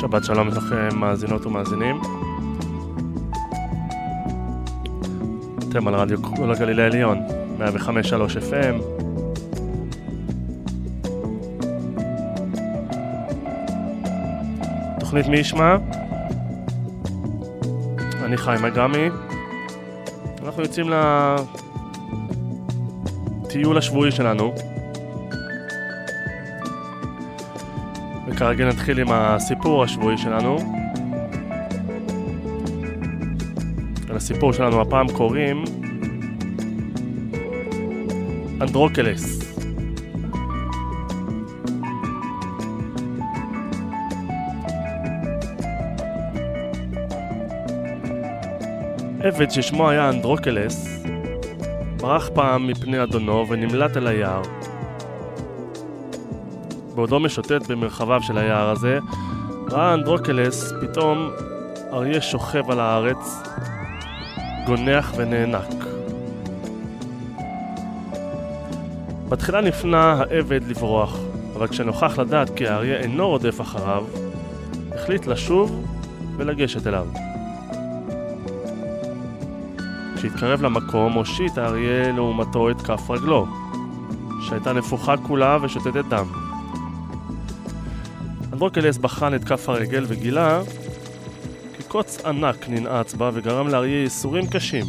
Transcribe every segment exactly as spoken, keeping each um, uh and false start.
שבת שלום לכם מאזינות ומאזינים. אתם על רדיו כל הגליל העליון, מאה וחמש נקודה שלוש אף אם. תוכנית מי ישמע? אני חיים אגמי. אנחנו יוצאים לטיול השבועי שלנו. וכרגע נתחיל עם הסיפור השבועי שלנו. לסיפור שלנו הפעם קוראים אנדרוקלס. עבד ששמו היה אנדרוקלס ברח פעם מפני אדונו ונמלט אל היער. בעודו משוטט במרחביו של היער הזה, ראה אנדרוקלס פתאום אריה שוכב על הארץ, גונח ונאנק. בתחילה נפנה העבד לברוח, אבל כשנוכח לדעת כי האריה אינו רודף אחריו, החליט לשוב ולגשת אליו. כשהתקרב למקום, הושיט האריה לעומתו את כף רגלו, שהייתה נפוחה כולה ושותתת דם. אנדרוקלס בחן את כף הרגל וגילה כי קוץ ענק ננעץ בה וגרם לאריה ייסורים קשים.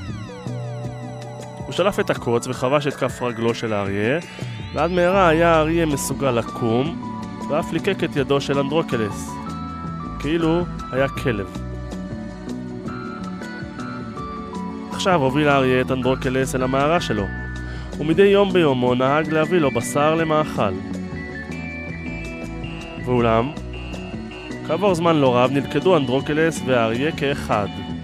הוא שלף את הקוץ וחבש את כף רגלו של האריה, ועד מהרה היה האריה מסוגל לקום ואף ליקק את ידו של אנדרוקלס, כאילו היה כלב. עכשיו הוביל האריה את אנדרוקלס אל המערה שלו, ומדי יום ביומו נהג להביא לו בשר למאכל. ואולם, כעבור זמן לא רב נלכדו אנדרוקלס והאריה כאחד.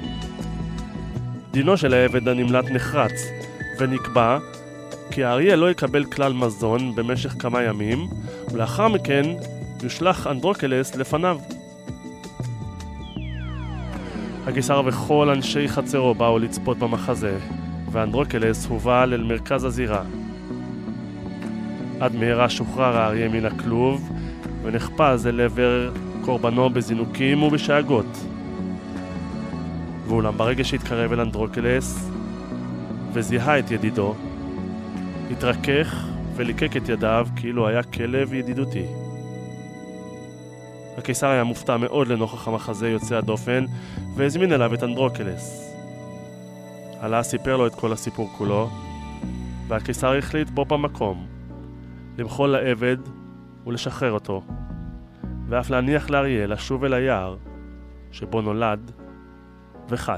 דינו של העבד הנמלט נחרץ, ונקבע כי האריה לא יקבל כלל מזון במשך כמה ימים, ולאחר מכן יושלך אנדרוקלס לפניו. הקיסר וכל אנשי חצרו באו לצפות במחזה, ואנדרוקלס הובל אל מרכז הזירה. עד מהרה שוחרר האריה מן הכלוב, ונחפז אל עבר קורבנו בזינוקים ובשאגות. ואולם ברגע שהתקרב אל אנדרוקלס וזיהה את ידידו, התרכך וליקק את ידיו כאילו היה כלב ידידותי. הקיסר היה מופתע מאוד לנוכח המחזה יוצא הדופן והזמין אליו את אנדרוקלס. עלה סיפר לו את כל הסיפור כולו, והקיסר החליט בו במקום למחול לעבד ולשחרר אותו, ואף להניח לאריה לשוב אל היער שבו נולד וחי.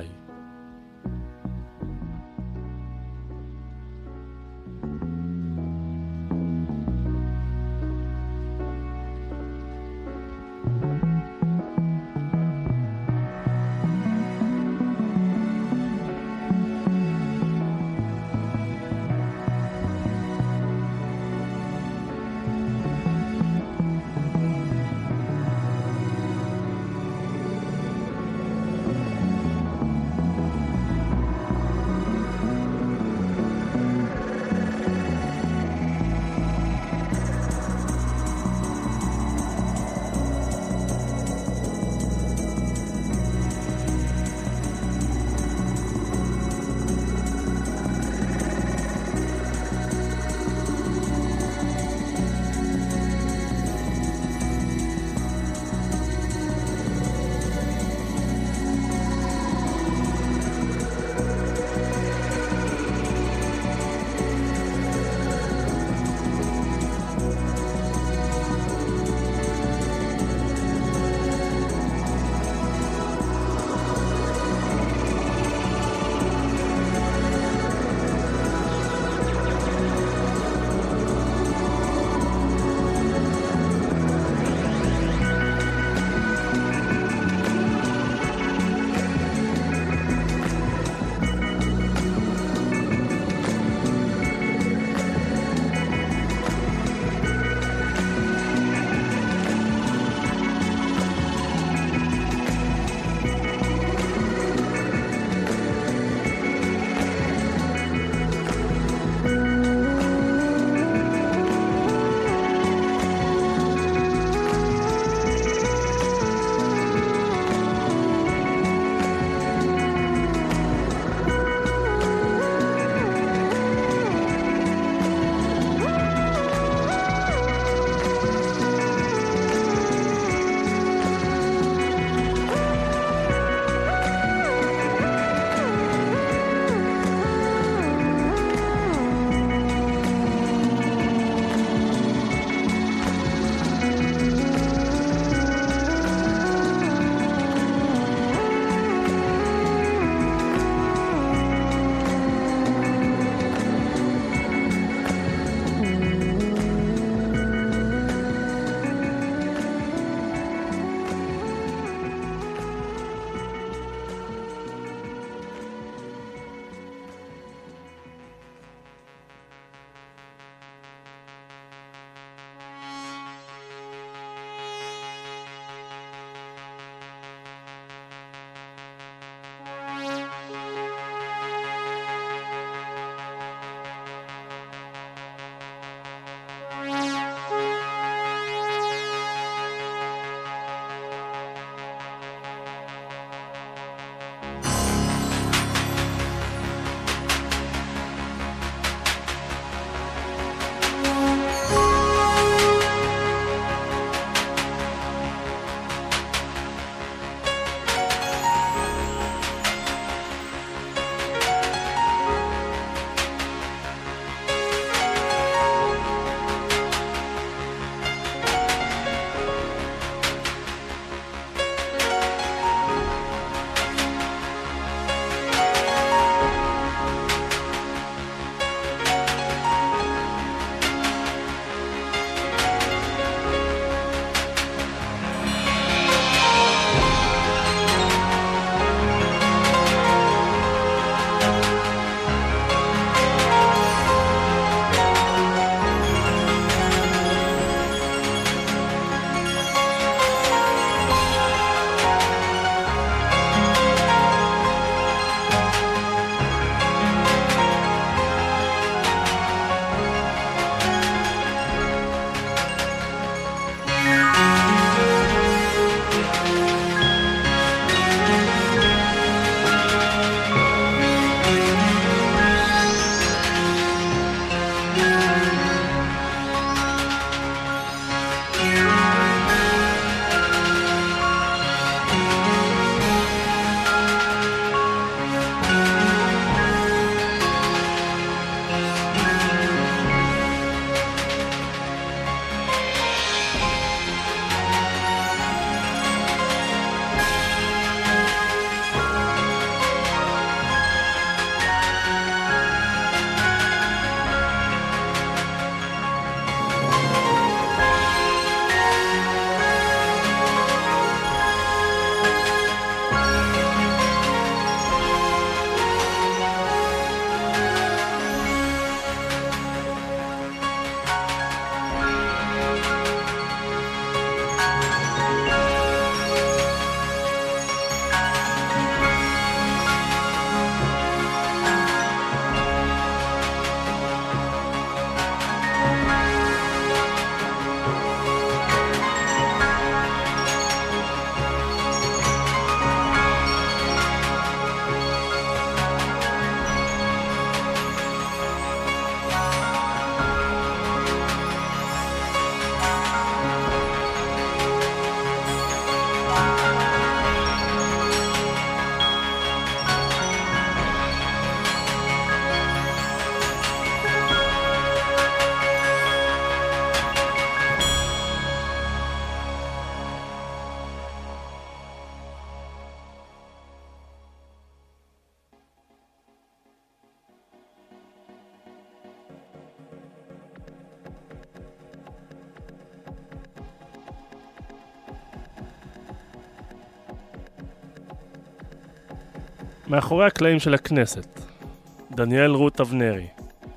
מאחורי הקלעים של הכנסת, דניאל רות אבנרי.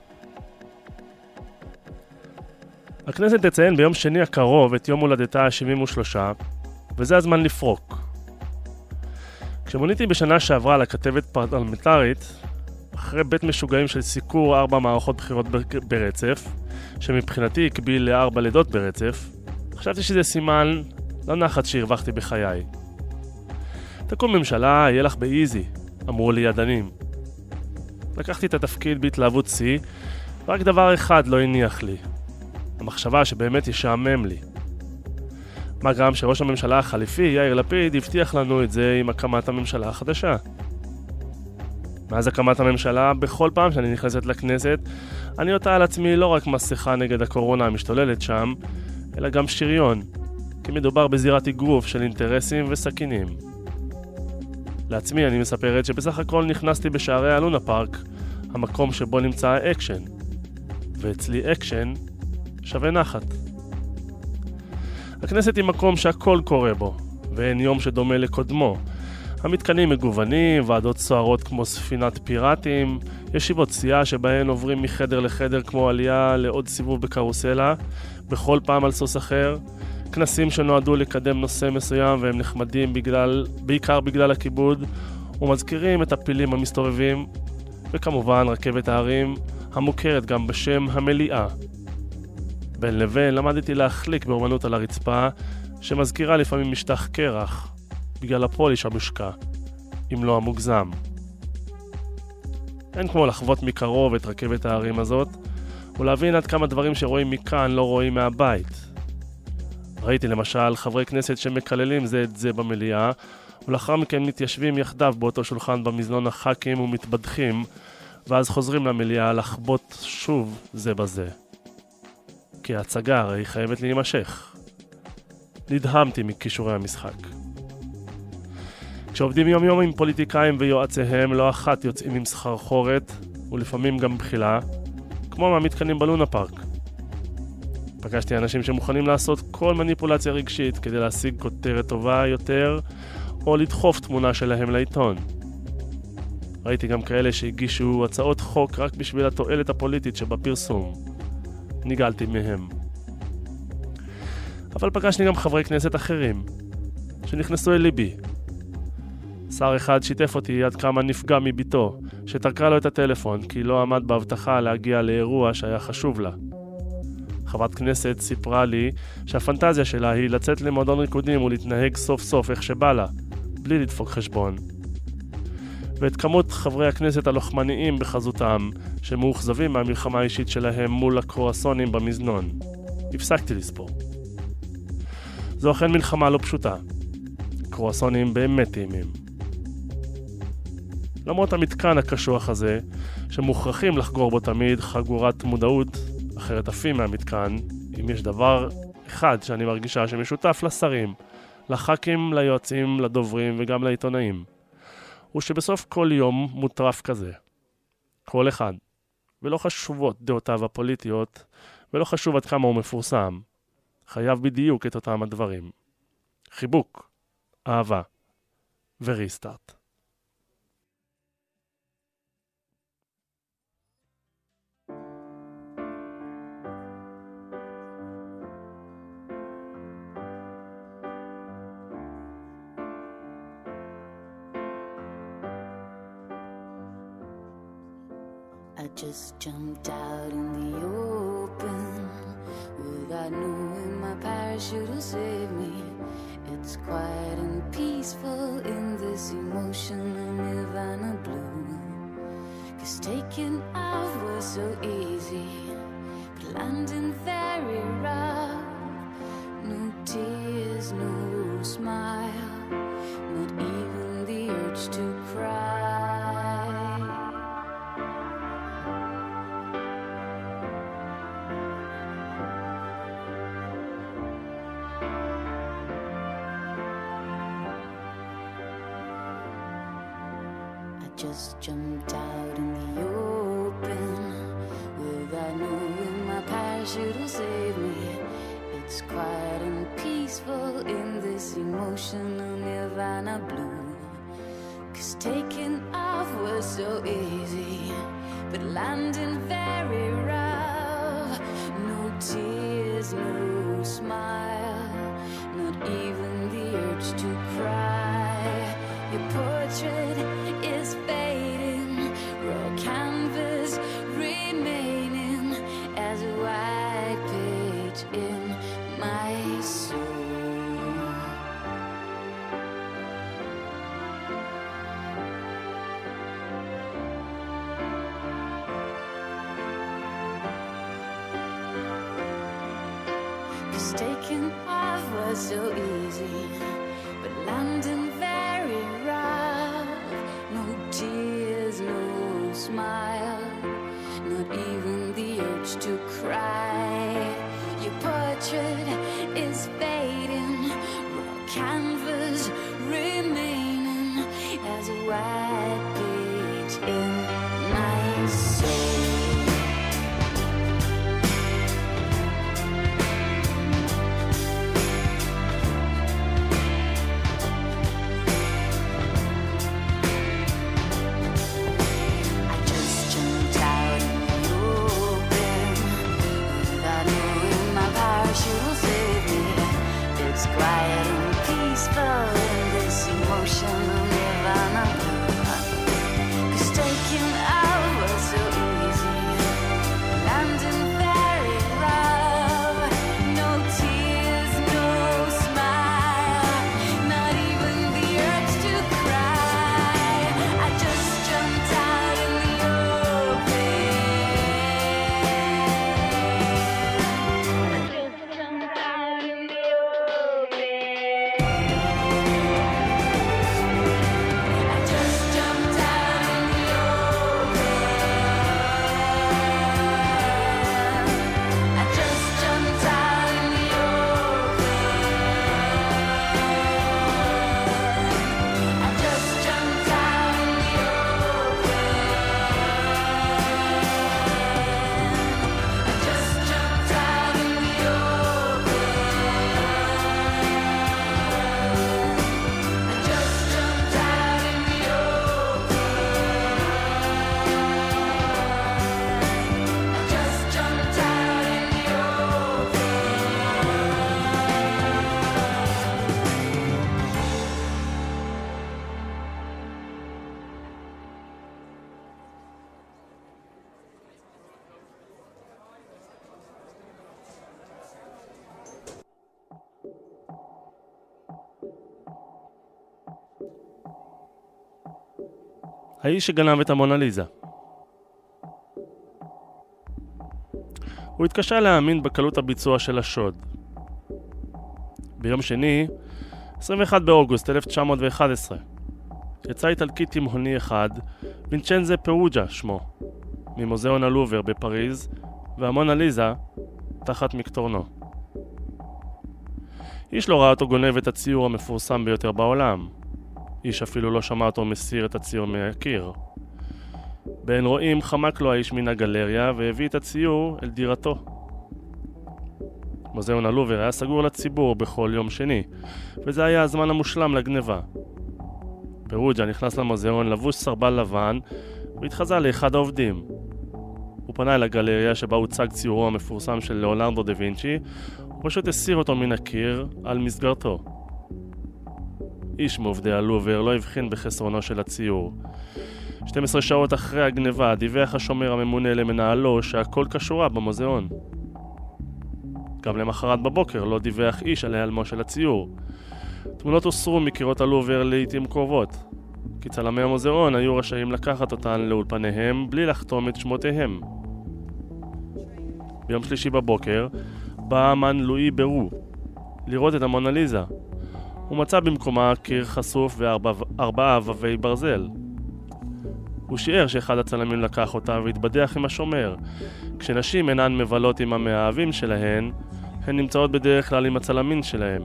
הכנסת תציין ביום שני הקרוב את יום הולדתה ה-שבעים ושלוש, וזה הזמן לפרוק. כשמוניתי בשנה שעברה לכתבת פרלמנטרית, אחרי בית משוגעים של סיקור ארבע מערכות בחירות ברצף, שמבחינתי הקביל לארבע לידות ברצף, חשבתי שזה סימן לא נחת שהרווחתי בחיי. תקום ממשלה, יהיה לך באיזי, אמרו לי ידנים. לקחתי את התפקיד בהתלהבות שיא, ורק דבר אחד לא הניח לי. המחשבה שבאמת ישעמם לי. מה גם שראש הממשלה החליפי, יאיר לפיד, הבטיח לנו את זה עם הקמת הממשלה החדשה. מאז הקמת הממשלה, בכל פעם שאני נכנסת לכנסת, אני אותה על עצמי לא רק מסכה נגד הקורונה המשתוללת שם, אלא גם שריון, כי מדובר בזירת אגרוף של אינטרסים וסכינים. לעצמי אני מספרת שבסך הכל נכנסתי בשערי הלונה פארק, המקום שבו נמצא האקשן. ואצלי אקשן שווה נחת. הכנסת היא מקום שהכל קורה בו, ואין יום שדומה לקודמו. המתקנים מגוונים, ועדות סוערות כמו ספינת פיראטים, ישיבות סיעה שבהן עוברים מחדר לחדר כמו עלייה לעוד סיבוב בקרוסלה, בכל פעם על סוס אחר, כנסים שנועדו לקדם נושא מסוים והם נחמדים בגלל, בעיקר בגלל הכיבוד, ומזכירים את הפילים המסתובבים, וכמובן רכבת הערים, המוכרת גם בשם המליאה. בין לבין למדתי להחליק באומנות על הרצפה, שמזכירה לפעמים משטח קרח, בגלל הפוליש המושקע, אם לא המוגזם. אין כמו לחוות מקרוב את רכבת הערים הזאת, ולהבין עד כמה דברים שרואים מכאן לא רואים מהבית. ראיתי למשל חברי כנסת שמקללים זה את זה במליאה, ולאחר מכן מתיישבים יחדיו באותו שולחן במזנון הח"כים ומתבדחים, ואז חוזרים למליאה לחבוט שוב זה בזה. כי ההצגה הרי חייבת להימשך. נדהמתי מכישורי המשחק. כשעובדים יום יום עם פוליטיקאים ויועציהם, לא אחת יוצאים עם סחרחורת, ולפעמים גם בחילה, כמו מהמתקנים בלונה פארק. פגשתי אנשים שמוכנים לעשות כל מניפולציה רגשית כדי להשיג כותרת טובה יותר, או לדחוף תמונה שלהם לעיתון. ראיתי גם כאלה שהגישו הצעות חוק רק בשביל התועלת הפוליטית שבפרסום. ניגלתי מהם. אבל פגשתי גם חברי כנסת אחרים, שנכנסו אל ליבי. שר אחד שיתף אותי עד כמה נפגע מביתו, שתרקה לו את הטלפון כי לא עמד בהבטחה להגיע לאירוע שהיה חשוב לה. חברת כנסת סיפרה לי שהפנטזיה שלה היא לצאת למועדון ריקודים ולהתנהג סוף סוף איך שבא לה, בלי לדפוק חשבון. ואת כמות חברי הכנסת הלוחמניים בחזותם, שמאוכזבים מהמלחמה האישית שלהם מול הקרואסונים במזנון. הפסקתי לספור. זו אכן מלחמה לא פשוטה. קרואסונים באמת טעימים. למרות המתקן הקשוח הזה, שמוכרחים לחגור בו תמיד חגורת מודעות, אחרת עפים מהמתקן, אם יש דבר אחד שאני מרגישה שמשותף לשרים, לח"כים, ליועצים, לדוברים וגם לעיתונאים, הוא שבסוף כל יום מוטרף כזה. כל אחד. ולא חשובות דעותיו הפוליטיות, ולא חשוב עד כמה הוא מפורסם. חייב בדיוק את אותם הדברים. חיבוק, אהבה וריסטארט. I just jumped out in the open without knowing my parachute will save me. It's quiet and peaceful in this emotional nirvana blue. 'Cause taking off was so easy, but landing very rough. No tears, no smile, not even the urge to cry. Just jumped out in the open without knowing my parachute will save me. It's quiet and peaceful in this emotional nirvana blue. 'Cause taking off was so easy, but landing very rough. No tears, no smile, not even the urge to cry. Your portrait is fading, raw canvas remaining as a white page in my soul. Taking off was so easy, but landing very rough. No tears, no smile, not even the urge to cry. Your portrait is fading, raw canvas remaining as a white page in my soul. Quiet and peaceful in this emotional nirvana. 'Cause taking out was so easy, landing very rough. No tears, no smile, not even the urge to cry. I just jumped out in the open. I just jumped out in the האיש שגנב את המונליזה. הוא התקשה להאמין בקלות הביצוע של השוד. ביום שני, עשרים ואחד באוגוסט אלף תשע מאות ואחת עשרה, יצא איטלקי תימהוני אחד, וינצ'נזו פרוג'ה שמו, ממוזיאון הלובר בפריז, והמונליזה תחת מקטורנו. איש לא ראה אותו גונב את הציור המפורסם ביותר בעולם. איש אפילו לא שמע אותו מסיר את הציור מהקיר. בין רואים חמק לו האיש מן הגלריה והביא את הציור אל דירתו. מוזיאון הלובר היה סגור לציבור בכל יום שני, וזה היה הזמן המושלם לגניבה. פרוג'ה נכנס למוזיאון לבוש סרבל לבן והתחזה לאחד העובדים. הוא פנה אל הגלריה שבה הוצג ציורו המפורסם של ליאונרדו דה וינצ'י, ופשוט הסיר אותו מן הקיר על מסגרתו. איש מעובדי הלובר לא הבחין בחסרונו של הציור. שתים עשרה שעות אחרי הגניבה דיווח השומר הממונה למנהלו שהכל קשורה במוזיאון. גם למחרת בבוקר לא דיווח איש על העלמו של הציור. תמונות הוסרו מקירות הלובר לעתים קרובות, כי צלמי המוזיאון היו רשאים לקחת אותן לאולפניהם בלי לחתום את שמותיהם. ביום שלישי בבוקר בא האמן לואי ברו לראות את המונליזה. הוא מצא במקומה קיר חשוף וארבעה אבבי ברזל. הוא שיער שאחד הצלמים לקח אותה והתבדח עם השומר. כשנשים אינן מבלות עם המאהבים שלהן, הן נמצאות בדרך כלל עם הצלמים שלהם.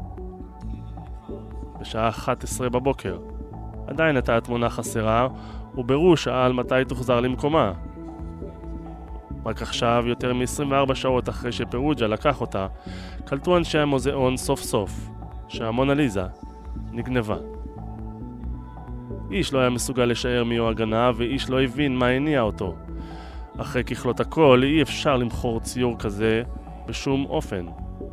בשעה אחת עשרה בבוקר עדיין הייתה התמונה חסרה, וברו שאל מתי תוחזר למקומה. רק עכשיו, יותר מ-עשרים וארבע שעות אחרי שפרוג'ה לקח אותה, קלטו אנשי המוזיאון סוף סוף שהמונליזה נגנבה. איש לא היה מסוגל לשער מיהו הגנב, ואיש לא הבין מה הניע אותו. אחרי ככלות הכל, אי אפשר למכור ציור כזה בשום אופן.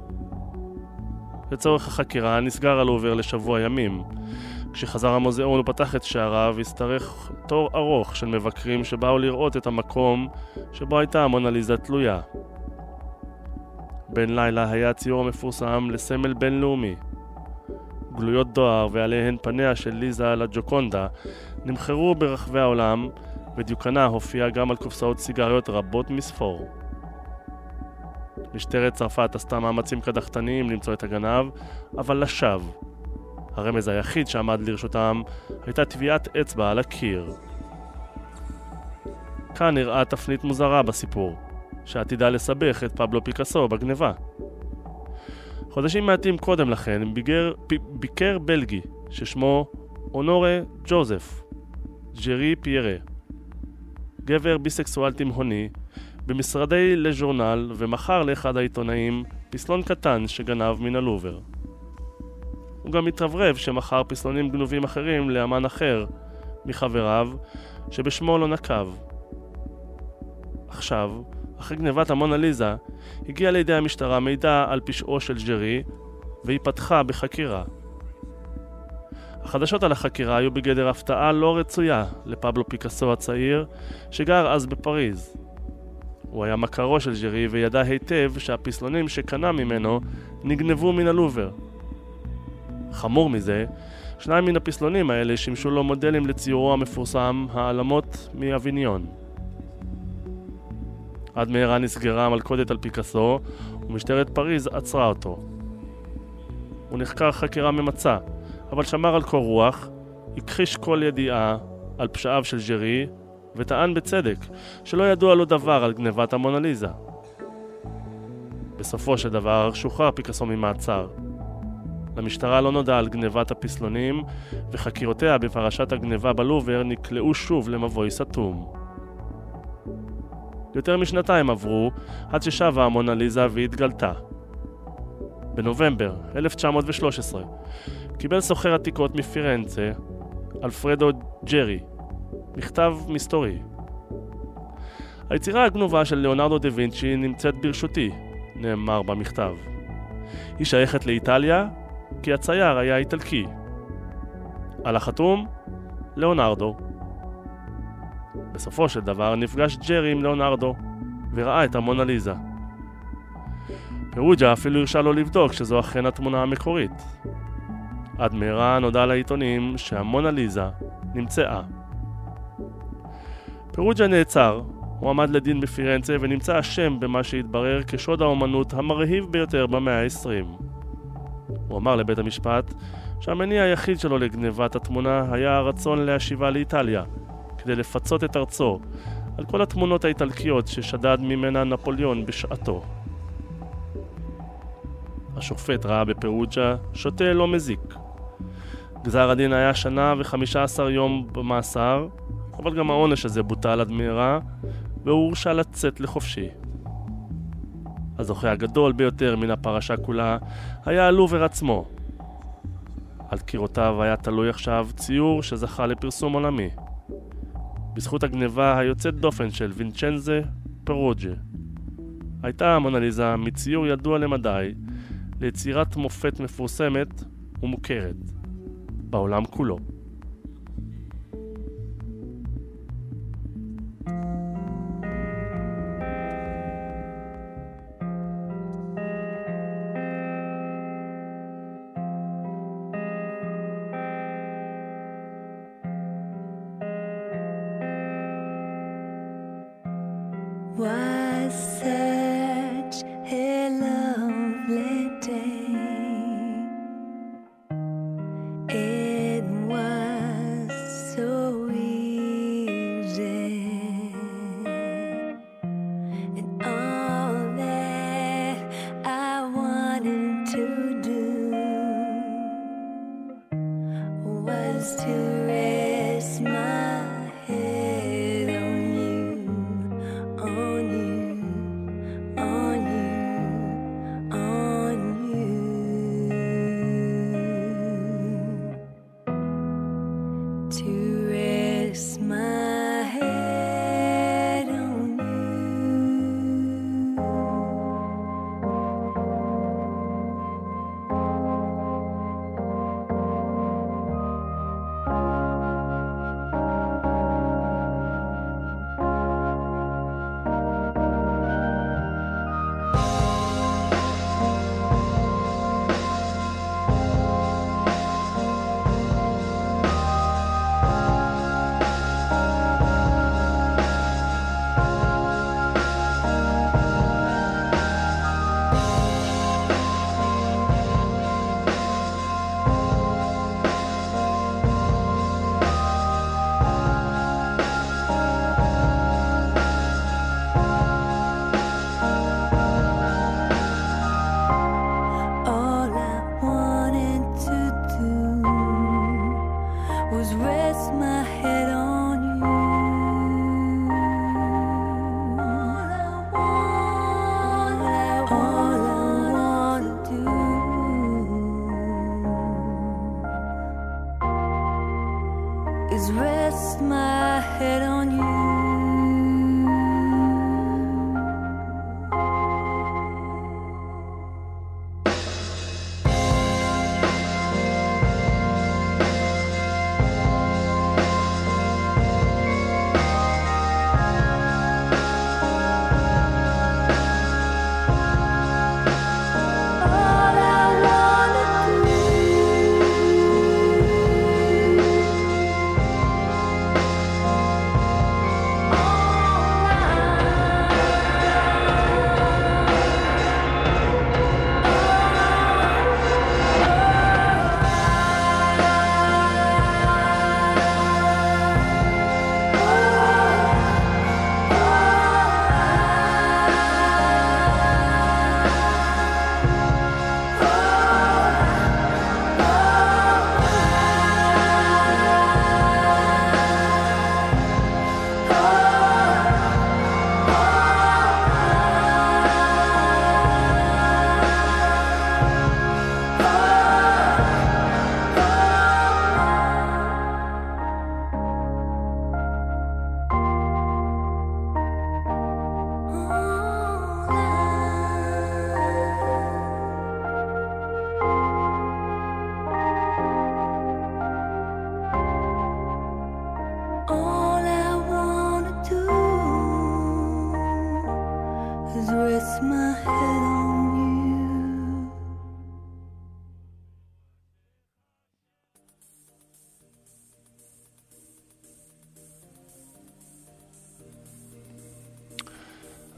לצורך החקירה נסגר הלובר לשבוע ימים. כשחזר המוזיאון ופתח את שעריו, הסתרך תור ארוך של מבקרים שבאו לראות את המקום שבו הייתה המונליזה תלויה. בן לילה היה הציור המפורסם לסמל בינלאומי. גלויות דואר ועליהן פניה של ליזה לג'וקונדה נמכרו ברחבי העולם, ודיוקנה הופיע גם על קופסאות סיגריות רבות מספור. משטרת צרפת עשתה מאמצים קדחתניים למצוא את הגנב, אבל לשווא. הרמז היחיד שעמד לרשותם הייתה טביעת אצבע על הקיר. כאן נראה תפנית מוזרה בסיפור, שעתידה לסבך את פבלו פיקאסו בגניבה. חודשים מעטים קודם לכן ביגר, ב, ביקר בלגי ששמו אונורה ג'וזף ג'רי פיירה, גבר ביסקסואל תימהוני, במשרדי לז'ורנל, ומכר לאחד העיתונאים פסלון קטן שגנב מן הלובר. הוא גם התרברב שמכר פסלונים גנובים אחרים לאמן אחר מחבריו שבשמו לא נקב. עכשיו, אחרי גנבת המונליזה, הגיע לידי המשטרה מידע על פשעו של ג'רי, והיא פתחה בחקירה. החדשות על החקירה היו בגדר הפתעה לא רצויה לפבלו פיקאסו הצעיר, שגר אז בפריז. הוא היה מכרו של ג'רי וידע היטב שהפסלונים שקנה ממנו נגנבו מן הלובר. חמור מזה, שניים מן הפסלונים האלה שימשו לו מודלים לציורו המפורסם העלמות מאביניון. עד מהרה נסגרה מלכודת על פיקאסו, ומשטרת פריז עצרה אותו. הוא נחקר חקירה ממצה, אבל שמר על קור רוח, הכחיש כל ידיעה על פשעיו של ג'רי, וטען בצדק שלא ידוע לו דבר על גנבת המונליזה. בסופו של דבר שוחרר פיקאסו ממעצר. למשטרה לא נודע על גנבת הפסלונים, וחקירותיה בפרשת הגנבה בלובר נקלעו שוב למבוי סתום. יותר משנתיים עברו עד ששבה המונליזה והתגלתה. בנובמבר אלף תשע מאות ושלוש עשרה קיבל סוחר עתיקות מפירנצה, אלפרדו ג'רי, מכתב מסתורי. היצירה הגנובה של ליאונרדו דה וינצ'י נמצאת ברשותי, נאמר במכתב. היא שייכת לאיטליה, כי הצייר היה איטלקי. על החתום, ליאונרדו. בסופו של דבר נפגש ג'רי עם ליאונרדו, וראה את המונליזה. פרוג'ה אפילו הרשה לו לבדוק שזו אכן התמונה המקורית. עד מהרה נודע לעיתונים שהמונליזה נמצאה. פרוג'ה נעצר, הוא עמד לדין בפירנצה ונמצא אשם במה שהתברר כשוד האומנות המרהיב ביותר במאה ה-עשרים. הוא אמר לבית המשפט שהמניע היחיד שלו לגנבת התמונה היה הרצון להשיבה לאיטליה, כדי לפצות את ארצו על כל התמונות האיטלקיות ששדד ממנה נפוליאון בשעתו. השופט ראה בפרוג'ה שוטה לא מזיק. גזר הדין היה שנה וחמישה עשר יום במאסר, אבל גם העונש הזה בוטל עד מהרה, והוא הורשה לצאת לחופשי. הזוכה הגדול ביותר מן הפרשה כולה היה הלובר עצמו. על קירותיו היה תלוי עכשיו ציור שזכה לפרסום עולמי. בזכות הגניבה היוצאת דופן של וינצ'נזה פרוג'ה. הייתה המונליזה מציור ידוע למדי ליצירת מופת מפורסמת ומוכרת בעולם כולו. Was such a lovely day. It was so easy, and all that I wanted to do was to rest my head on you, on you,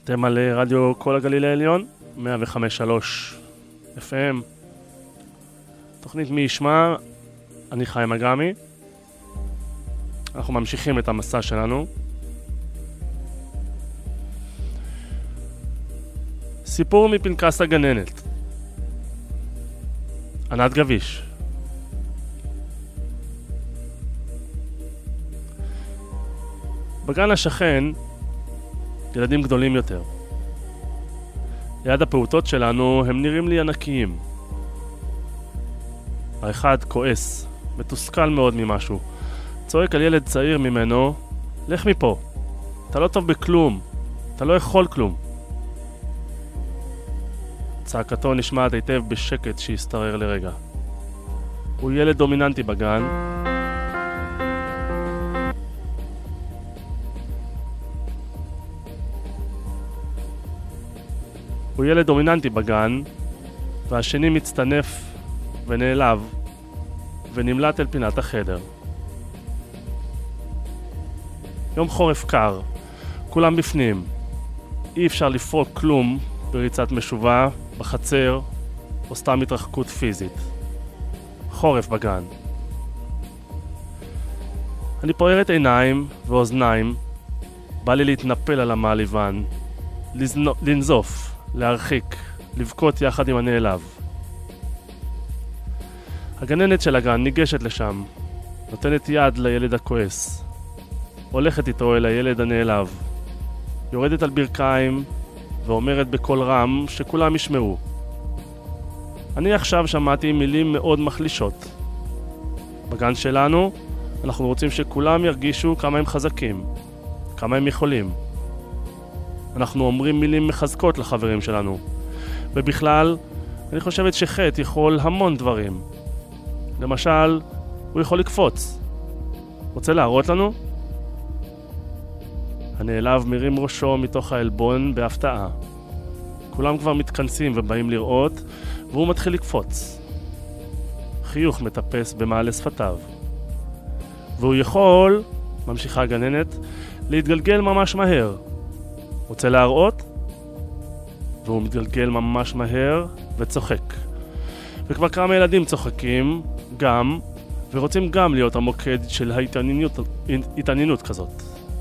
אתם על רדיו כל הגליל העליון, מאה וחמש נקודה שלוש אף אם. תוכנית מי ישמע, אני חיים אגמי. אנחנו ממשיכים את המסע שלנו. סיפור מפנקס הגננת. ענת גביש. בגן השכן ילדים גדולים יותר. ליד הפעוטות שלנו הם נראים לי ענקיים. האחד כועס, מתוסכל מאוד ממשהו. צועק על ילד צעיר ממנו, לך מפה, אתה לא טוב בכלום, אתה לא יכול כלום. צעקתו נשמעת היטב בשקט שהסתרר לרגע. הוא ילד דומיננטי בגן. הוא ילד דומיננטי בגן, והשני מצטנף ונעלב ונמלט אל פינת החדר. יום חורף קר, כולם בפנים. אי אפשר לפרוק כלום בריצת משובה, בחצר, או סתם התרחקות פיזית. חורף בגן. אני פוערת עיניים ואוזניים, בא לי להתנפל על המעליבן, לזנו, לנזוף, להרחיק, לבכות יחד עם הנעלב. הגננת של הגן ניגשת לשם, נותנת יד לילד הכועס, הולכת איתו אל הילד הנעלב, יורדת על ברכיים ואומרת בקול רם שכולם ישמעו. אני עכשיו שמעתי מילים מאוד מחלישות. בגן שלנו אנחנו רוצים שכולם ירגישו כמה הם חזקים, כמה הם יכולים. אנחנו אומרים מילים מחזקות לחברים שלנו. ובכלל, אני חושבת שחטא יכול המון דברים. למשל, הוא יכול לקפוץ. רוצה להראות לנו? הנעלב מרים ראשו מתוך העלבון בהפתעה. כולם כבר מתכנסים ובאים לראות, והוא מתחיל לקפוץ. חיוך מטפס במעלה שפתיו. והוא יכול, ממשיכה הגננת, להתגלגל ממש מהר. רוצה להראות? והוא מתגלגל ממש מהר וצוחק. וכבר כמה ילדים צוחקים גם, ורוצים גם להיות המוקד של ההתעניינות, התעניינות כזאת.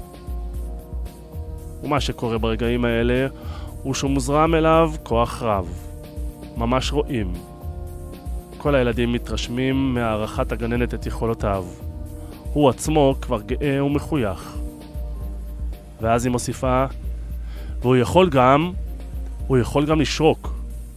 ומה שקורה ברגעים האלה הוא שהוא מוזרם אליו כוח רב. ממש רואים. כל הילדים מתרשמים מהערכת הגננת את יכולותיו. הוא עצמו כבר גאה ומחוייך. ואז היא מוסיפה, והוא יכול גם, הוא יכול גם לשרוק.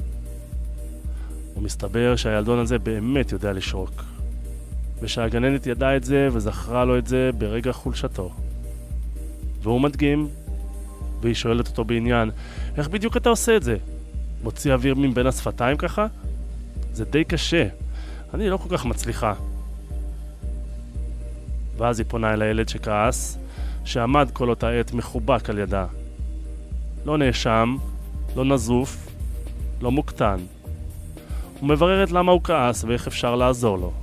ומסתבר שהילדון הזה באמת יודע לשרוק. ושהגננת ידעה את זה וזכרה לו את זה ברגע חולשתו. והוא מדגים, והיא שואלת אותו בעניין, איך בדיוק אתה עושה את זה? מוציא אוויר מבין השפתיים ככה? זה די קשה. אני לא כל כך מצליחה. ואז היא פונה אל הילד שכעס, שעמד כל אותה עת מחובק על ידה. לא נאשם, לא נזוף, לא מוקטן. ומבררת למה הוא כעס ואיך אפשר לעזור לו.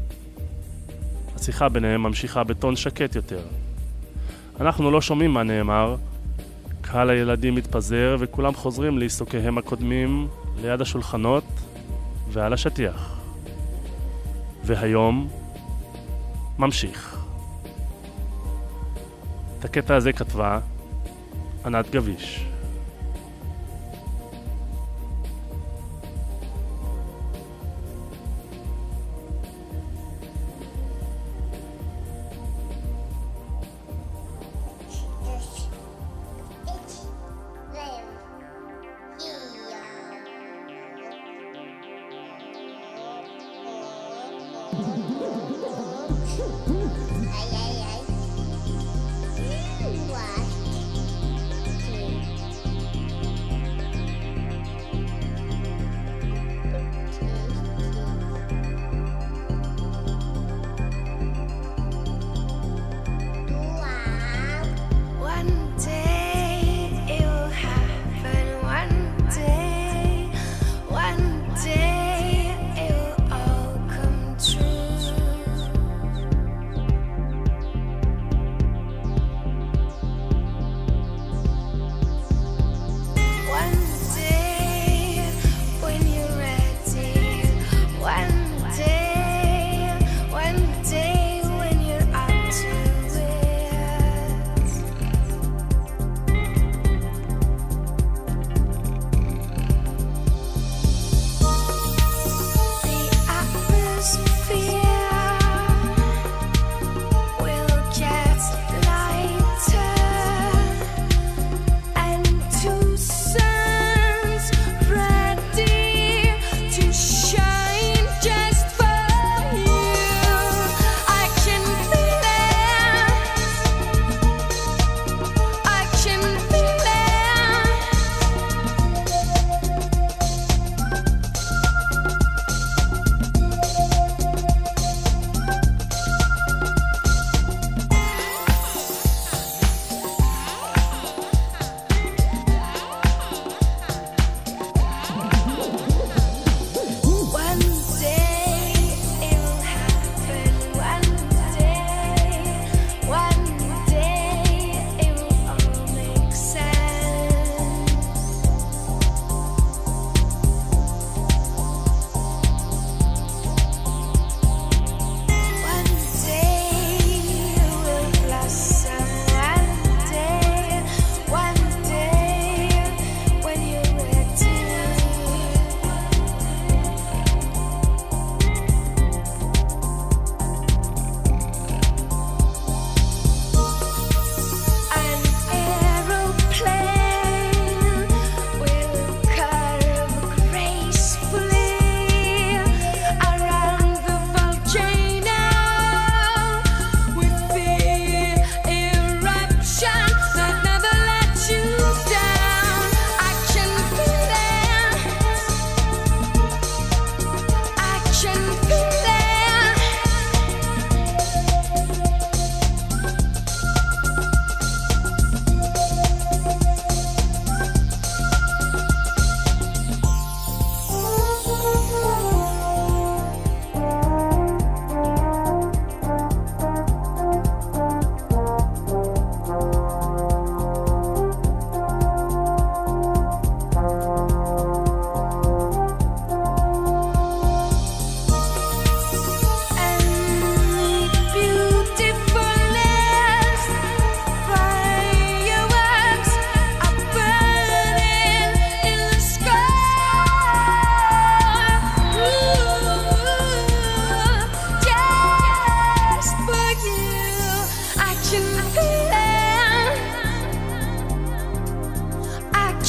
השיחה ביניהם ממשיכה בטון שקט יותר. אנחנו לא שומעים מה נאמר. קהל הילדים מתפזר וכולם חוזרים לעיסוקיהם הקודמים ליד השולחנות ועל השטיח. והיום ממשיך. את הקטע הזה כתבה ענת גביש.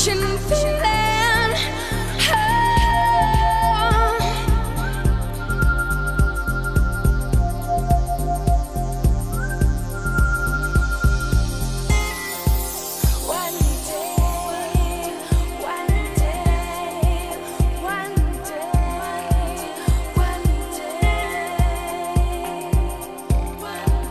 ocean feeling. Oh. One day, one day, one day, one day, one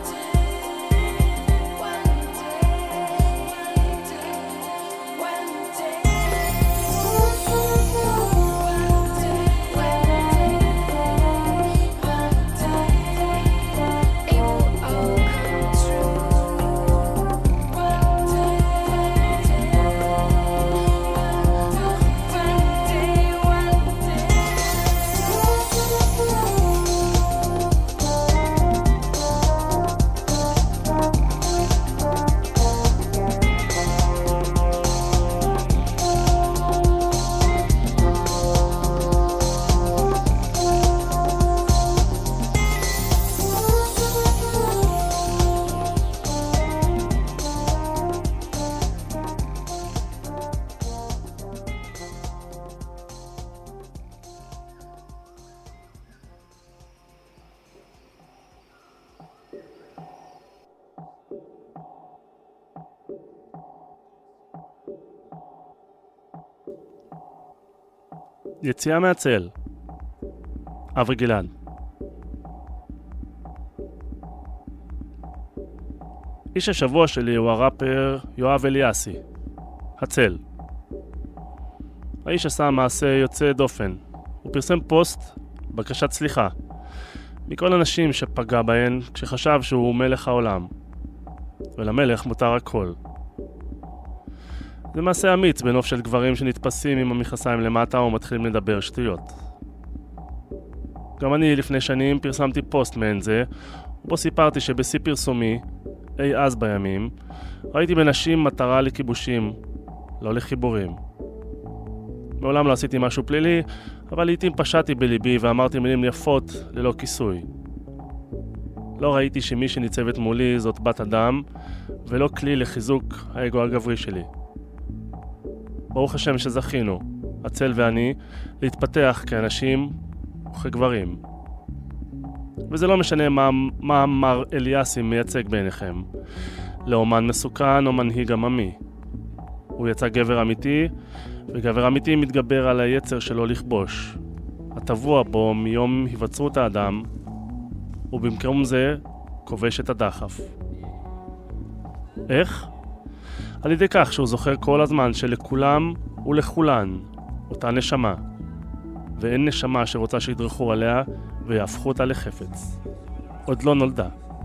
יציאה מהצל. אברי גלעד. איש השבוע שלי הוא הראפר יואב אליאסי. הצל. האיש עשה מעשה יוצא דופן. הוא פרסם פוסט בקשת סליחה מכל אנשים שפגע בהן כשחשב שהוא מלך העולם. ולמלך מותר הכל. זה מעשה אמיץ בנוף של גברים שנתפסים עם המכנסיים למטה ומתחילים לדבר שטויות. גם אני לפני שנים פרסמתי פוסט מעין זה, ובו סיפרתי שבשיא פרסומי, אי אז בימים, ראיתי בנשים מטרה לכיבושים, לא לחיבורים. מעולם לא עשיתי משהו פלילי, אבל לעתים פשעתי בליבי ואמרתי מילים יפות ללא כיסוי. לא ראיתי שמי שניצבת מולי זאת בת אדם, ולא כלי לחיזוק האגו הגברי שלי. ברוך השם שזכינו, הצל ואני, להתפתח כאנשים וכגברים. וזה לא משנה מה, מה מר אליאסי מייצג בעיניכם. לאומן מסוכן או מנהיג עממי. הוא יצא גבר אמיתי, וגבר אמיתי מתגבר על היצר שלו לכבוש. הטבוע בו מיום היווצרות האדם, ובמקום זה כובש את הדחף. איך? על ידי כך שהוא זוכר כל הזמן שלכולם ולכולן אותה נשמה, ואין נשמה שרוצה שידרכו עליה ויהפכו אותה לחפץ. עוד לא נולדה.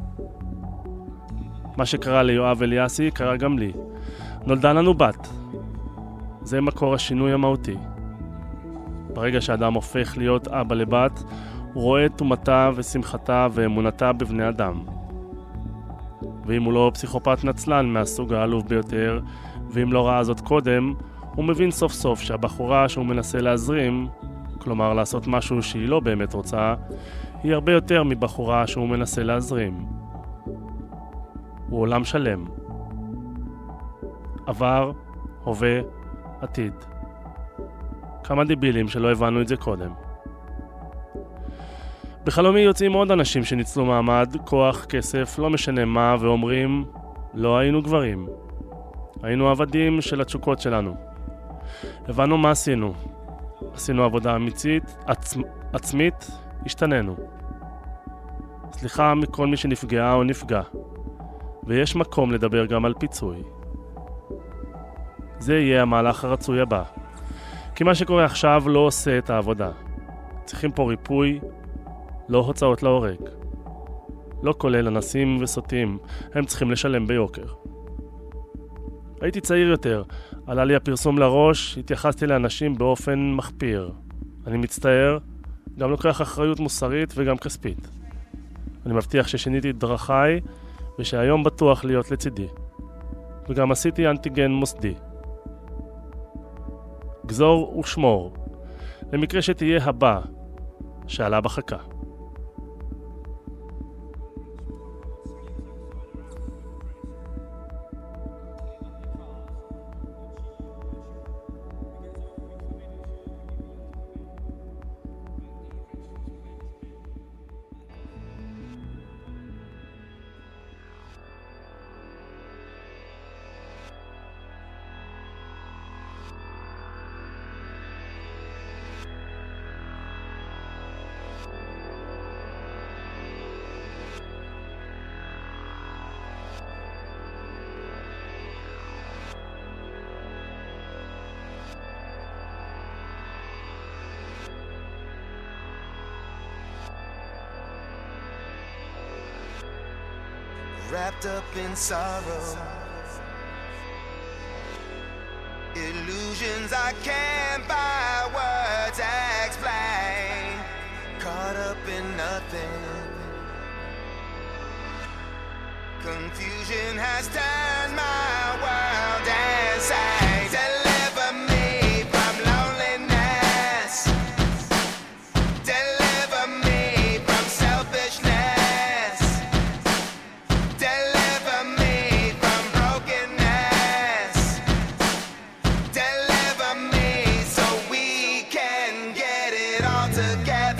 מה שקרה ליואב אליאסי קרה גם לי. נולדה לנו בת. זה מקור השינוי המהותי. ברגע שאדם הופך להיות אבא לבת, הוא רואה תומתה ושמחתה ואמונתה בבני אדם. ואם הוא לא פסיכופת נצלן מהסוג העלוב ביותר, ואם לא ראה זאת קודם, הוא מבין סוף סוף שהבחורה שהוא מנסה להזרים, כלומר לעשות משהו שהיא לא באמת רוצה, היא הרבה יותר מבחורה שהוא מנסה להזרים. הוא עולם שלם. עבר, הווה, עתיד. כמה דיבילים שלא הבנו את זה קודם. בחלומי יוצאים עוד אנשים שניצלו מעמד, כוח, כסף, לא משנה מה, ואומרים, לא היינו גברים. היינו עבדים של התשוקות שלנו. הבנו מה עשינו. עשינו עבודה אמיצית, עצ... עצמית, השתננו. סליחה מכל מי שנפגעה או נפגע. ויש מקום לדבר גם על פיצוי. זה יהיה המהלך הרצוי הבא. כי מה שקורה עכשיו לא עושה את העבודה. צריכים פה ריפוי, לא הוצאות להורג. לא כולל אנסים וסוטים, הם צריכים לשלם ביוקר. הייתי צעיר יותר, עלה לי הפרסום לראש, התייחסתי לאנשים באופן מחפיר. אני מצטער, גם לוקח אחריות מוסרית וגם כספית. אני מבטיח ששיניתי את דרכיי, ושהיום בטוח להיות לצידי. וגם עשיתי אנטיגן מוסדי. גזור ושמור, למקרה שתהיה הבא שעלה בחכה. wrapped up in sorrow. Illusions I can't by words explain. Caught up in nothing. Confusion has turned my world insane. Deliver me from loneliness. Deliver me from selfishness. Deliver me from brokenness. Deliver me so we can get it all together.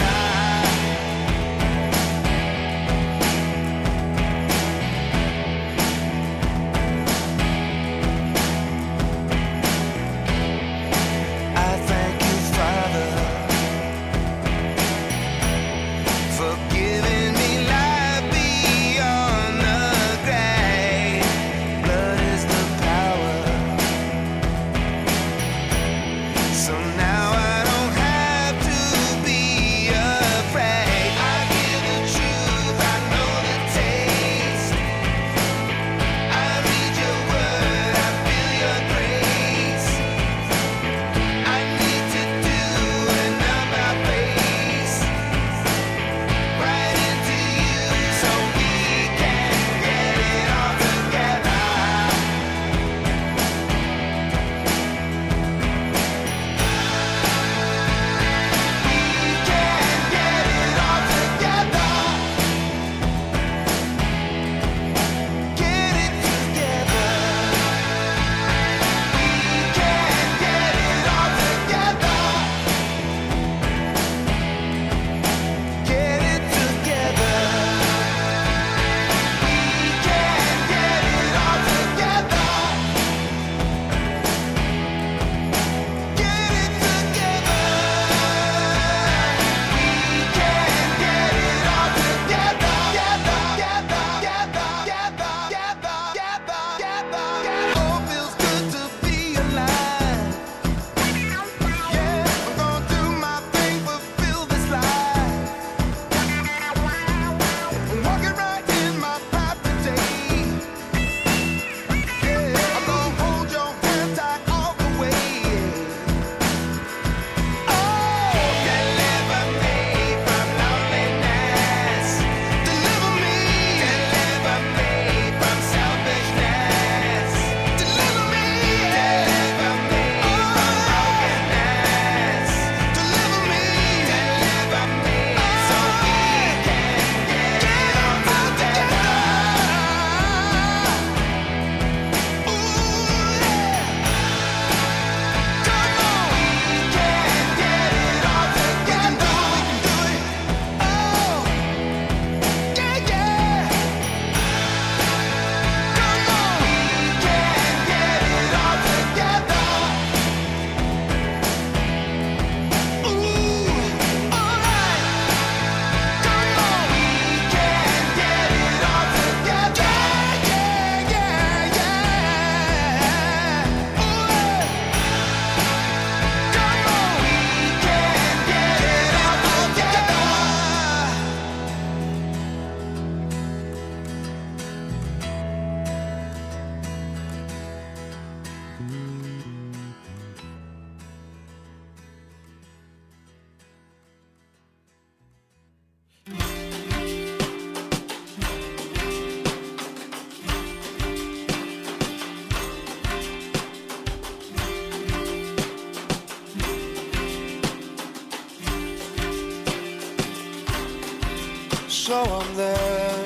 So I'm there,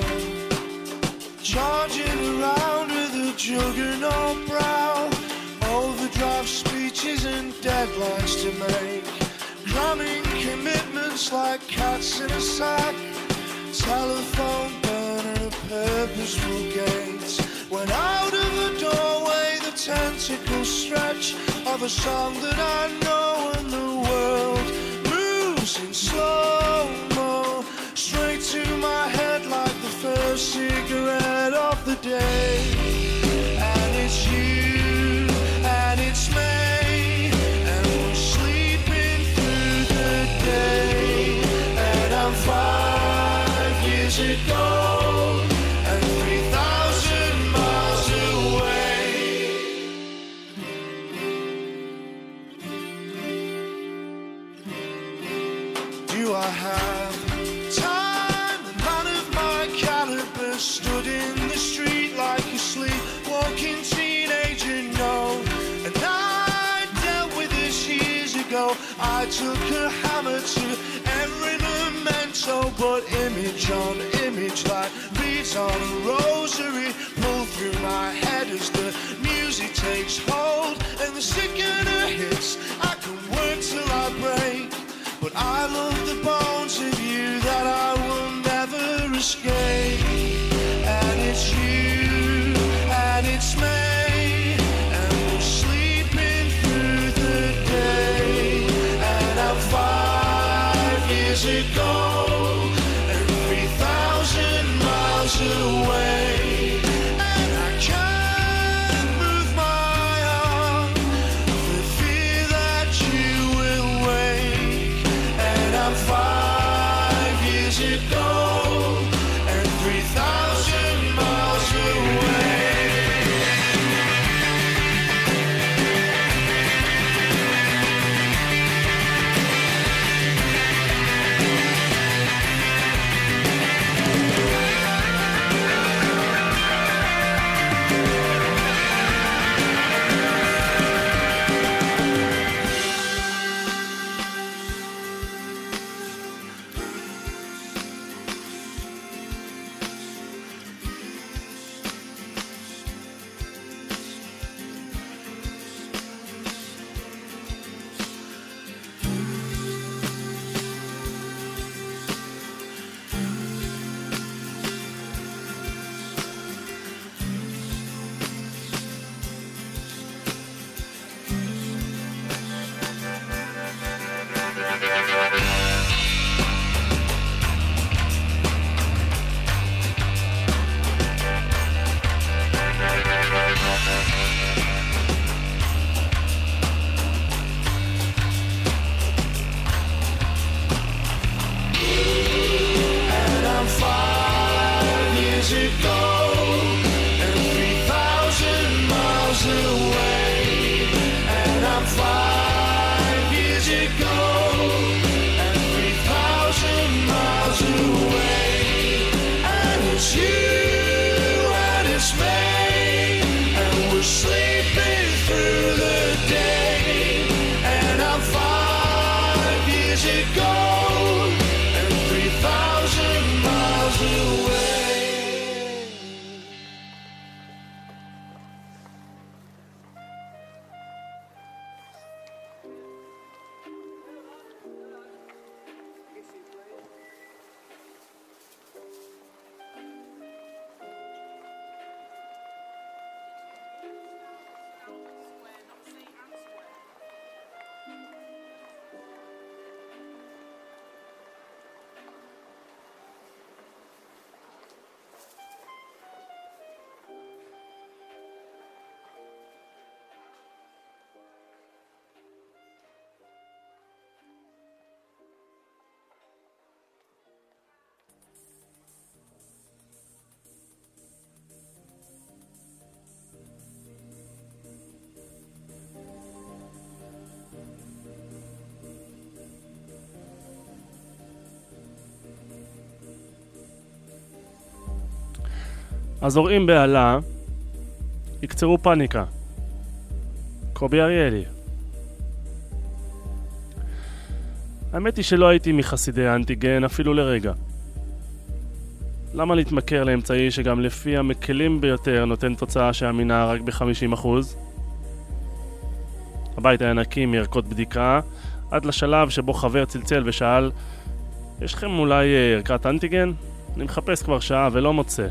charging around with a juggernaut brow, overdrive speeches and deadlines to make, cramming commitments like cats in a sack, telephone burning a purposeful gate. When out of the doorway the tentacles stretch of a song that I know, and the world moves in slow-mo, straight to my head like the first cigarette of the day. And it's you, and it's me, and we're sleeping through the day. And I'm five years ago, and three thousand have time. The man of my caliber stood in the street like a sleepwalking teenager, no. And I dealt with this years ago. I took a hammer to every memento, but image on image like beads on a rosary pull through my head as the music takes hold. And the sickener hits, I can work till I break, but I love the bones of you that I will never escape. And it's you, and it's me, and we're sleeping through the day. And I'm five years ago, and three thousand miles away. And I can't move my arm for fear that you will wake. And I'm five years ago, and three thousand miles away. הזורעים בעלה יקצרו פאניקה. קובי אריאלי. האמת היא שלא הייתי מחסידי האנטיגן אפילו לרגע. למה להתמכר לאמצעי שגם לפי המקלים ביותר נותן תוצאה שאמינה רק ב-חמישים אחוז? הבית היה נקי מערכות בדיקה עד לשלב שבו חבר צלצל ושאל, יש לכם אולי ערכת אנטיגן? אני מחפש כבר שעה ולא מוצא.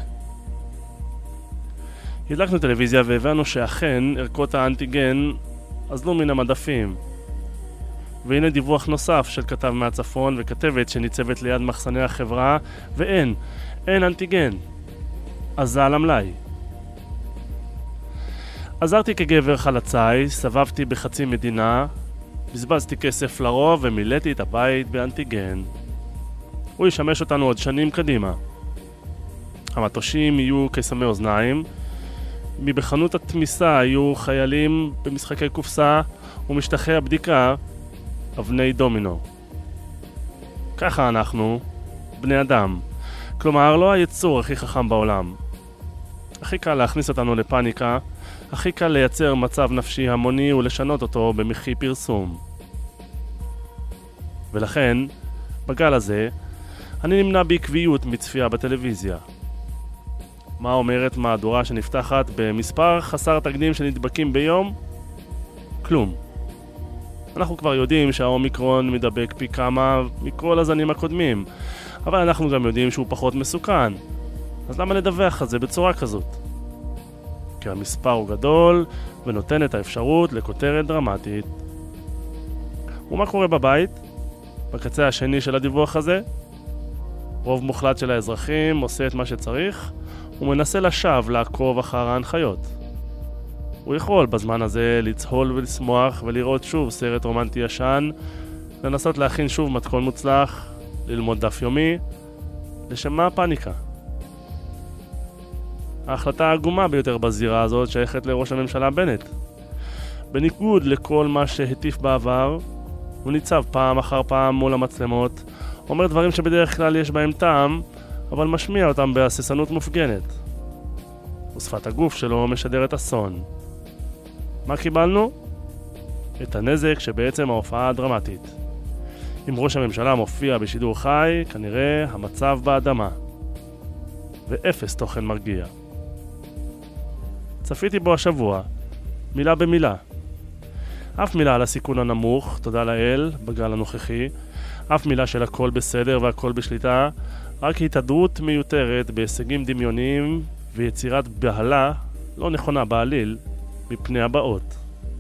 הדלקנו טלוויזיה והבנו שאכן ערכות האנטיגן אזלו מן המדפים. והנה דיווח נוסף של כתב מהצפון וכתבת שניצבת ליד מחסני החברה, ואין, אין אנטיגן. אזל המלאי. עזרתי כגבר חלצאי, סבבתי בחצי מדינה, בזבזתי כסף לרוב ומילאתי את הבית באנטיגן. הוא ישמש אותנו עוד שנים קדימה. המטושים יהיו קסמי אוזניים, מבחנות התמיסה היו חיילים במשחקי קופסה ומשטחי הבדיקה אבני דומינו. ככה אנחנו, בני אדם. כלומר, לא היצור הכי חכם בעולם. הכי קל להכניס אותנו לפאניקה, הכי קל לייצר מצב נפשי המוני ולשנות אותו במחי פרסום. ולכן, בגל הזה, אני נמנע בעקביות מצפייה בטלוויזיה. מה אומרת מהדורה שנפתחת במספר חסר תקדים שנדבקים ביום? כלום. אנחנו כבר יודעים שהאומיקרון מדבק פי כמה מכל הזנים הקודמים, אבל אנחנו גם יודעים שהוא פחות מסוכן. אז למה לדווח על זה בצורה כזאת? כי המספר הוא גדול ונותן את האפשרות לכותרת דרמטית. ומה קורה בבית? בקצה השני של הדיווח הזה? רוב מוחלט של האזרחים עושה את מה שצריך ומנסה לשווא לעקוב אחר ההנחיות. הוא יכול בזמן הזה לצהול ולשמוח ולראות שוב סרט רומנטי ישן, לנסות להכין שוב מתכון מוצלח, ללמוד דף יומי, לשם מה הפאניקה? ההחלטה העגומה ביותר בזירה הזאת שייכת לראש הממשלה בנט. בניגוד לכל מה שהטיף בעבר, הוא ניצב פעם אחר פעם מול המצלמות, אומר דברים שבדרך כלל יש בהם טעם, אבל משמיע אותם בהססנות מופגנת. ושפת הגוף שלו משדרת אסון. מה קיבלנו? את הנזק שבעצם ההופעה הדרמטית. אם ראש הממשלה מופיע בשידור חי, כנראה המצב באדמה. ואפס תוכן מרגיע. צפיתי בו השבוע, מילה במילה. אף מילה על הסיכון הנמוך, תודה לאל, בגל הנוכחי. אף מילה של הכל בסדר והכל בשליטה. רק התהדרות מיותרת בהישגים דמיוניים ויצירת בהלה לא נכונה בעליל מפני הבאות.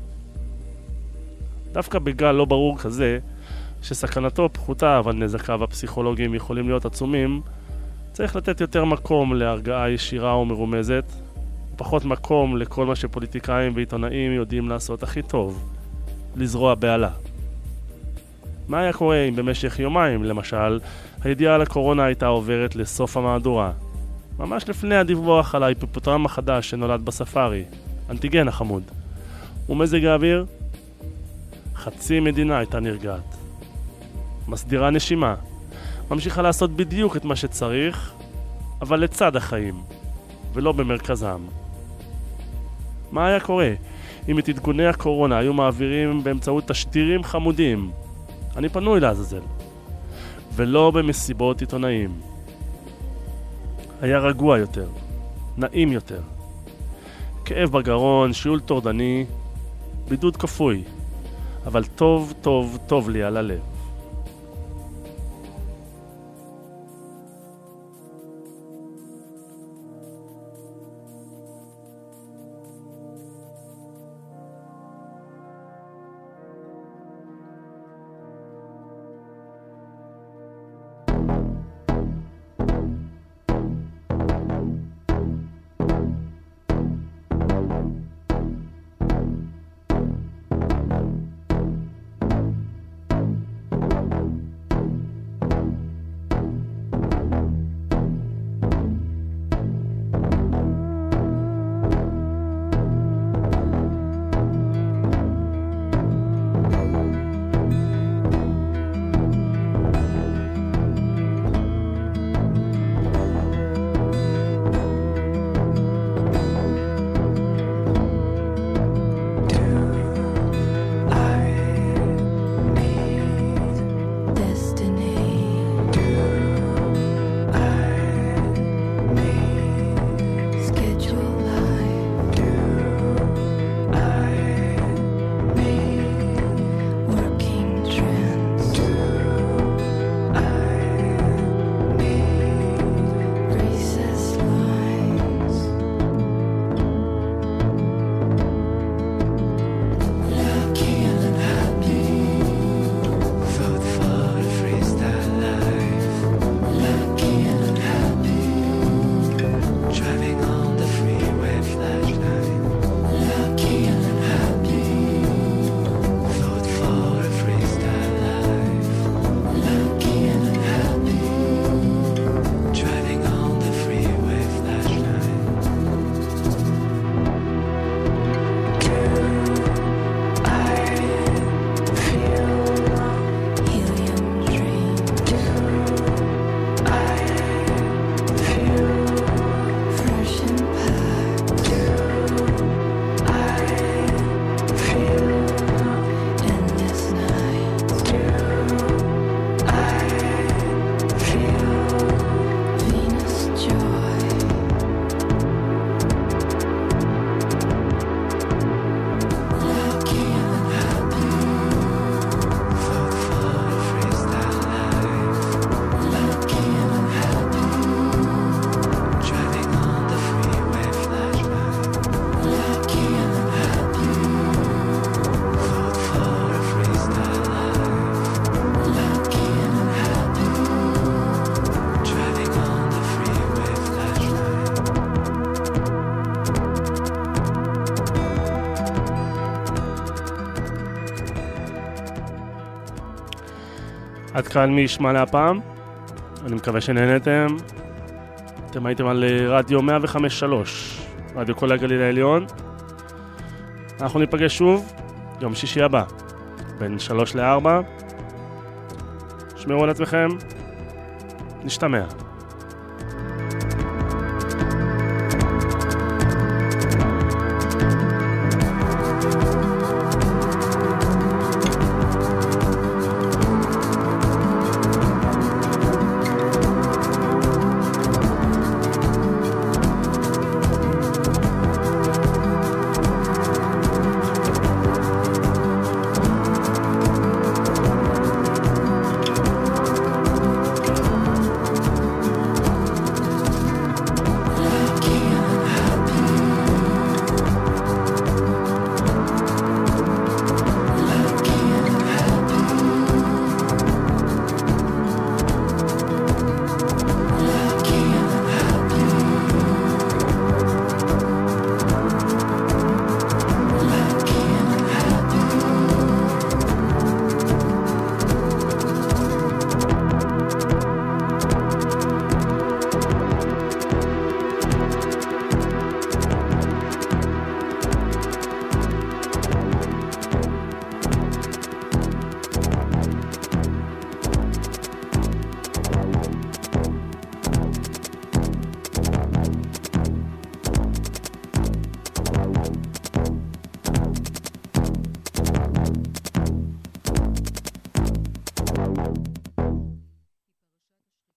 דווקא בגל לא ברור כזה, שסכנתו פחותה אבל נזקיו הפסיכולוגיים יכולים להיות עצומים, צריך לתת יותר מקום להרגעה ישירה ומרומזת, ופחות מקום לכל מה שפוליטיקאים ועיתונאים יודעים לעשות הכי טוב, לזרוע בהלה. מה היה קורה אם במשך יומיים, למשל, הידיעה על הקורונה הייתה עוברת לסוף המהדורה? ממש לפני הדיווח על ההיפופוטרם החדש שנולד בספארי, אנטיגן החמוד. ומזג האוויר? חצי מדינה הייתה נרגעת. מסדירה נשימה. ממשיכה לעשות בדיוק את מה שצריך, אבל לצד החיים, ולא במרכזם. מה היה קורה אם את עדכוני הקורונה היו מעבירים באמצעות תשדירים חמודים? אני פנוי לעזאזל. ולא במסיבות עיתונאים. היה רגוע יותר, נעים יותר. כאב בגרון, שיעול טורדני, בידוד כפוי, אבל טוב טוב טוב לי על הלב. עד כאן מי ישמע להפעם. אני מקווה שנהנתם. אתם הייתם על רדיו מאה וחמש שלוש, רדיו כל הגליל העליון. אנחנו ניפגש שוב יום שישי הבא, בין שלוש לארבע. שמרו על עצמכם, נשתמע.